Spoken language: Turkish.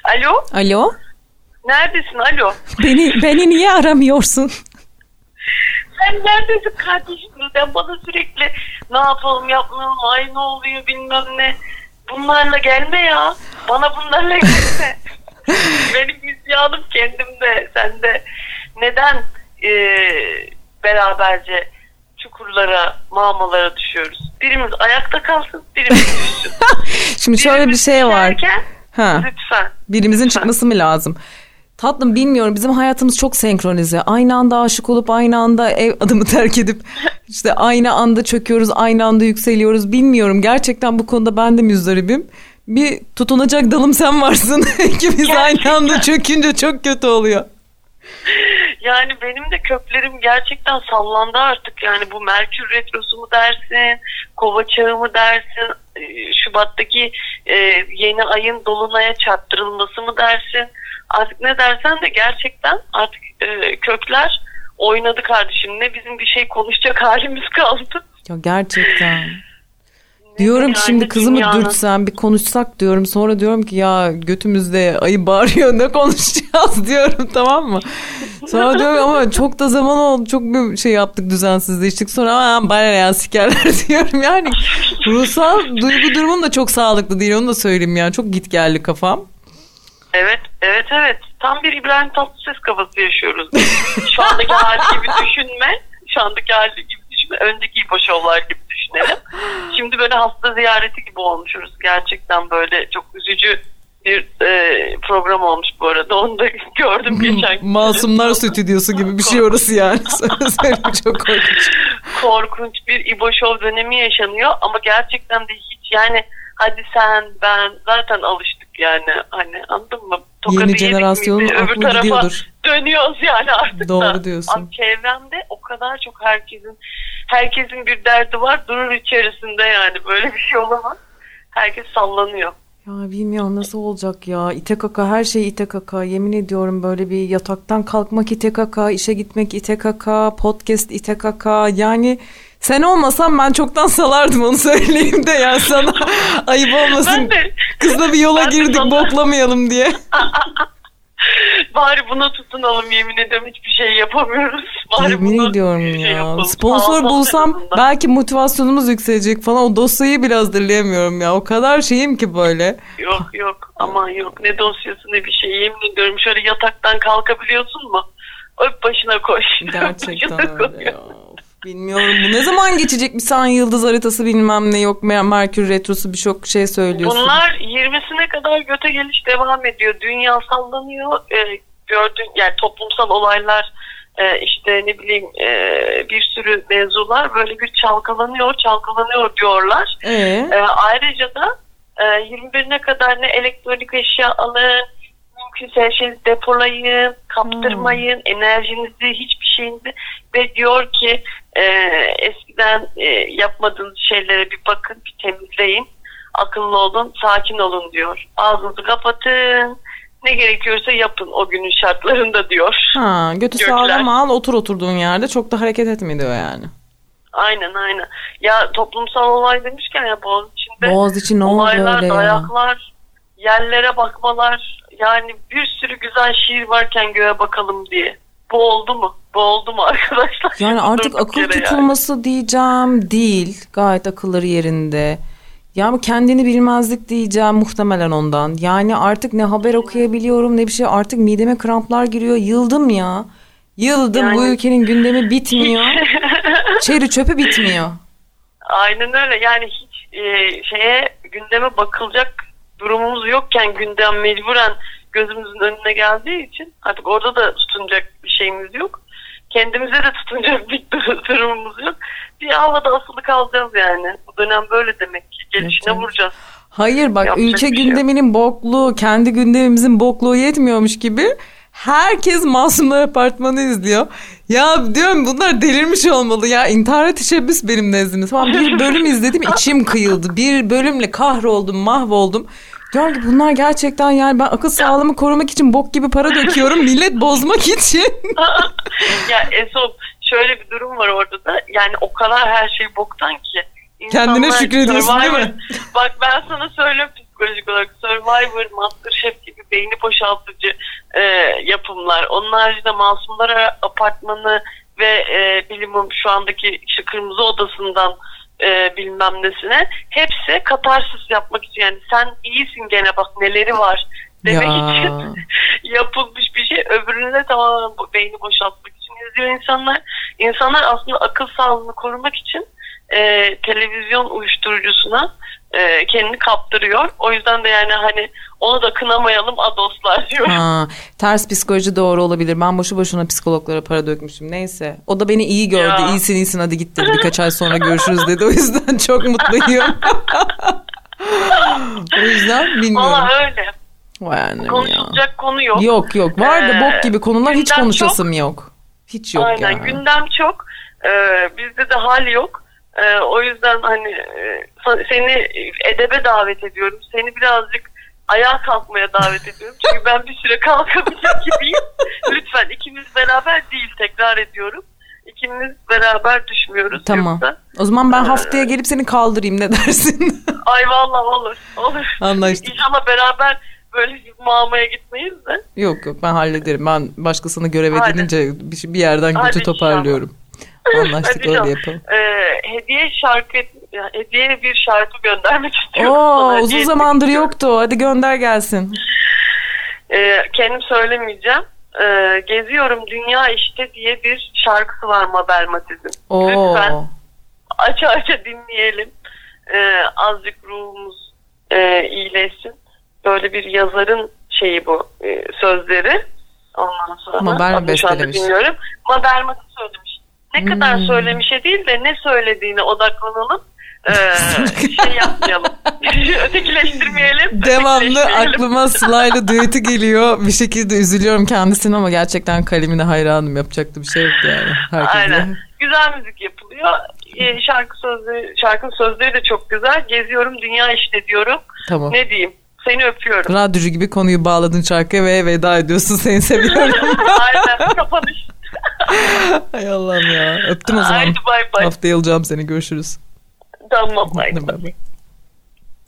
Alo? Alo? Neredesin? Alo? Beni niye aramıyorsun? Sen neredesin kardeşim? Sen bana sürekli ne yapalım yapmayalım, ay ne oluyor bilmem ne. Bunlarla gelme ya. Bana bunlarla gelme. Benim isyanım kendimde, sende. Neden beraberce çukurlara, mağmalara düşüyoruz? Birimiz ayakta kalsın, birimiz düşsün. Şimdi şöyle bir şey var. Lütfen. Birimizin çıkması mı lazım? Tatlım bilmiyorum, bizim hayatımız çok senkronize. Aynı anda aşık olup aynı anda ev adımı terk edip işte aynı anda çöküyoruz, aynı anda yükseliyoruz. Bilmiyorum, gerçekten bu konuda ben de müzdaribim. Bir tutunacak dalım sen varsın. İkimiz aynı anda çökünce çok kötü oluyor. Yani benim de köklerim gerçekten sallandı artık. Yani bu Merkür Retrosu mu dersin, Kova çağı mı dersin, Şubat'taki yeni ayın dolunaya çarptırılması mı dersin? Artık ne dersen de gerçekten artık kökler oynadı kardeşim. Ne bizim bir şey konuşacak halimiz kaldı. Ya gerçekten. Diyorum ki şimdi kızımı dürtsem bir konuşsak diyorum. Sonra diyorum ki ya götümüzde ayı bağırıyor, ne konuşacağız diyorum, tamam mı? Sonra diyorum ama çok da zaman oldu. Çok bir şey yaptık, düzensizleştik. Sonra bana ya sikerler diyorum. Yani ruhsal duygu durumum da çok sağlıklı değil, onu da söyleyeyim ya. Çok git geldi kafam. Evet. Tam bir İbrahim Tatlıses kafası yaşıyoruz. Şu andaki hali gibi düşünme. Öndeki İpoşovlar gibi düşünelim. Şimdi böyle hasta ziyareti gibi olmuşuz. Gerçekten böyle çok üzücü bir program olmuş bu arada. Onu da gördüm geçen gün. Masumlar Stüdyosu gibi bir şey orası yani. Çok korkunç. Korkunç bir İboşov dönemi yaşanıyor. Ama gerçekten de hiç yani hadi sen ben zaten alıştık yani. Hani anladın mı? Yeni jenerasyonun aklı gidiyordur. Dönüyoruz yani artık. Doğru diyorsun. Ama çevremde o kadar çok herkesin bir derdi var. Durur içerisinde yani. Böyle bir şey olamaz. Herkes sallanıyor. Ya bilmiyorum nasıl olacak ya. İte kaka, her şey ite kaka. Yemin ediyorum böyle bir yataktan kalkmak ite kaka, işe gitmek ite kaka, podcast ite kaka. Yani sen olmasan ben çoktan salardım, onu söyleyeyim de ya sana ayıp olmasın. Kızla bir yola girdik boklamayalım diye. Bari buna tutunalım, yemin ediyorum hiçbir şey yapamıyoruz. Bari yemin ediyorum ya. Sponsor bulsam belki motivasyonumuz yükselecek falan. O dosyayı bile hazırlayamıyorum ya. O kadar şeyim ki böyle. Yok aman yok. Ne dosyası ne bir şey, yemin ediyorum. Şöyle yataktan kalkabiliyorsun mu? Öp başına koş. Gerçekten öyle ya. Bilmiyorum bu ne zaman geçecek, bir saniye yıldız haritası bilmem ne yok, Merkür Retrosu birçok şey söylüyorsun. Bunlar 20'sine kadar göte geliş devam ediyor. Dünya sallanıyor. Gördüğün yani toplumsal olaylar işte ne bileyim bir sürü mevzular böyle bir çalkalanıyor diyorlar. Ayrıca da 21'ine kadar ne elektronik eşya alın, mümkünse her şeyi depolayın, kaptırmayın, enerjinizi, hiçbir şeyinizi, ve diyor ki eskiden yapmadığınız şeylere bir bakın, bir temizleyin, akıllı olun, sakin olun diyor. Ağzınızı kapatın, ne gerekiyorsa yapın o günün şartlarında diyor. Götü sağlam al, oturduğun yerde, çok da hareket etme diyor yani. Aynen. Ya toplumsal olay demişken ya Boğaziçi ne oldu olaylar, öyle dayaklar, yerlere bakmalar, yani bir sürü güzel şiir varken göğe bakalım diye. Bu oldu mu arkadaşlar? Yani artık akıl tutulması yani diyeceğim değil. Gayet akılları yerinde. Yani kendini bilmezlik diyeceğim muhtemelen ondan. Yani artık ne haber okuyabiliyorum ne bir şey. Artık mideme kramplar giriyor. Yıldım ya. Yani, bu ülkenin gündemi bitmiyor. Çeri çöpü bitmiyor. Aynen öyle. Yani hiç gündeme bakılacak durumumuz yokken gündem mecburen gözümüzün önüne geldiği için artık orada da tutunacak bir şeyimiz yok. Kendimize de tutunacak bir durumumuz yok. Bir havada asılı kalacağız yani. Bu dönem böyle demek ki. Gelişine vuracağız. Hayır bak, yapacak ülke gündeminin bokluğu, kendi gündemimizin bokluğu yetmiyormuş gibi herkes Masumlar Apartmanı izliyor. Ya diyorum bunlar delirmiş olmalı ya. İntihara teşebbüs benim nezdimde. Tamam, bir bölüm izledim, içim kıyıldı. Bir bölümle kahroldum, mahvoldum. Diyorum ki bunlar gerçekten yani ben akıl sağlığımı korumak için bok gibi para döküyorum. Millet bozmak için. Ya Esop, şöyle bir durum var orada da. Yani o kadar her şey boktan ki. Kendine şükrediyorsun değil mi? Bak ben sana söylüyorum, psikolojik olarak Survivor, MasterChef gibi beyni boşaltıcı yapımlar. Onun haricinde Masumlar Apartmanı ve bilimum şu andaki işte Kırmızı Odası'ndan bilmem nesine hepsi katarsis yapmak için, yani sen iyisin gene bak neleri var demek için yapılmış bir şey. Öbürüne de tamamen beyni boşaltmak için izliyor insanlar. İnsanlar aslında akıl sağlığını korumak için televizyon uyuşturucusuna kendini kaptırıyor. O yüzden de yani hani onu da kınamayalım dostlar diyorum. Ters psikoloji doğru olabilir. Ben boşu boşuna psikologlara para dökmüşüm. Neyse. O da beni iyi gördü. İyisin hadi git dedi. Birkaç ay sonra görüşürüz dedi. O yüzden çok mutluyum. O yüzden bilmiyorum. Valla öyle. Konuşulacak konu yok. Yok. Var da bok gibi konular, hiç konuşasım yok. Hiç yok. Aynen, yani. Gündem çok. Bizde de hal yok. O yüzden hani seni edebe davet ediyorum. Seni birazcık ayağa kalkmaya davet ediyorum. Çünkü ben bir süre kalkabilir gibiyim. Lütfen ikimiz beraber değil, tekrar ediyorum. İkimiz beraber düşmüyoruz. Tamam. Yoksa, o zaman ben haftaya gelip seni kaldırayım, ne dersin? Ay vallahi olur. Anlaştık. İnşallah beraber böyle mağmaya gitmeyiz de. Yok ben hallederim. Ben başkasını görev edinince bir yerden gücü toparlıyorum. Anlaştık, öyle yapalım. Hediye bir şarkı göndermek istiyorum. Uzun zamandır yoktu. Hadi gönder gelsin. Kendim söylemeyeceğim. Geziyorum Dünya işte diye bir şarkısı var Mabel Matiz'in. Lütfen aça dinleyelim. Azıcık ruhumuz iyileşsin. Böyle bir yazarın şeyi bu, sözleri. Ondan sonra Mabel bestelemiş. Mabel Matiz söylemiş. Ne kadar söylemişe değil de ne söylediğine odaklanalım. Şey yapmayalım. Ötekileştirmeyelim. Devamlı aklıma Sıla'yla düeti geliyor. Bir şekilde üzülüyorum kendisine ama gerçekten kalemine hayranım. Yapacak da bir şey yok yani. Herkese. Aynen. Güzel müzik yapılıyor. Şarkının sözleri de çok güzel. Geziyorum dünya işte diyorum. Tamam. Ne diyeyim? Seni öpüyorum. Radyocu gibi konuyu bağladın şarkıya ve veda ediyorsun. Seni seviyorum. Aynen. Kapanış. Hay Allah'ım ya. Öptüm o zaman. Haydi bay bay. Haftaya alacağım seni. Görüşürüz. Tamam. Bay bay.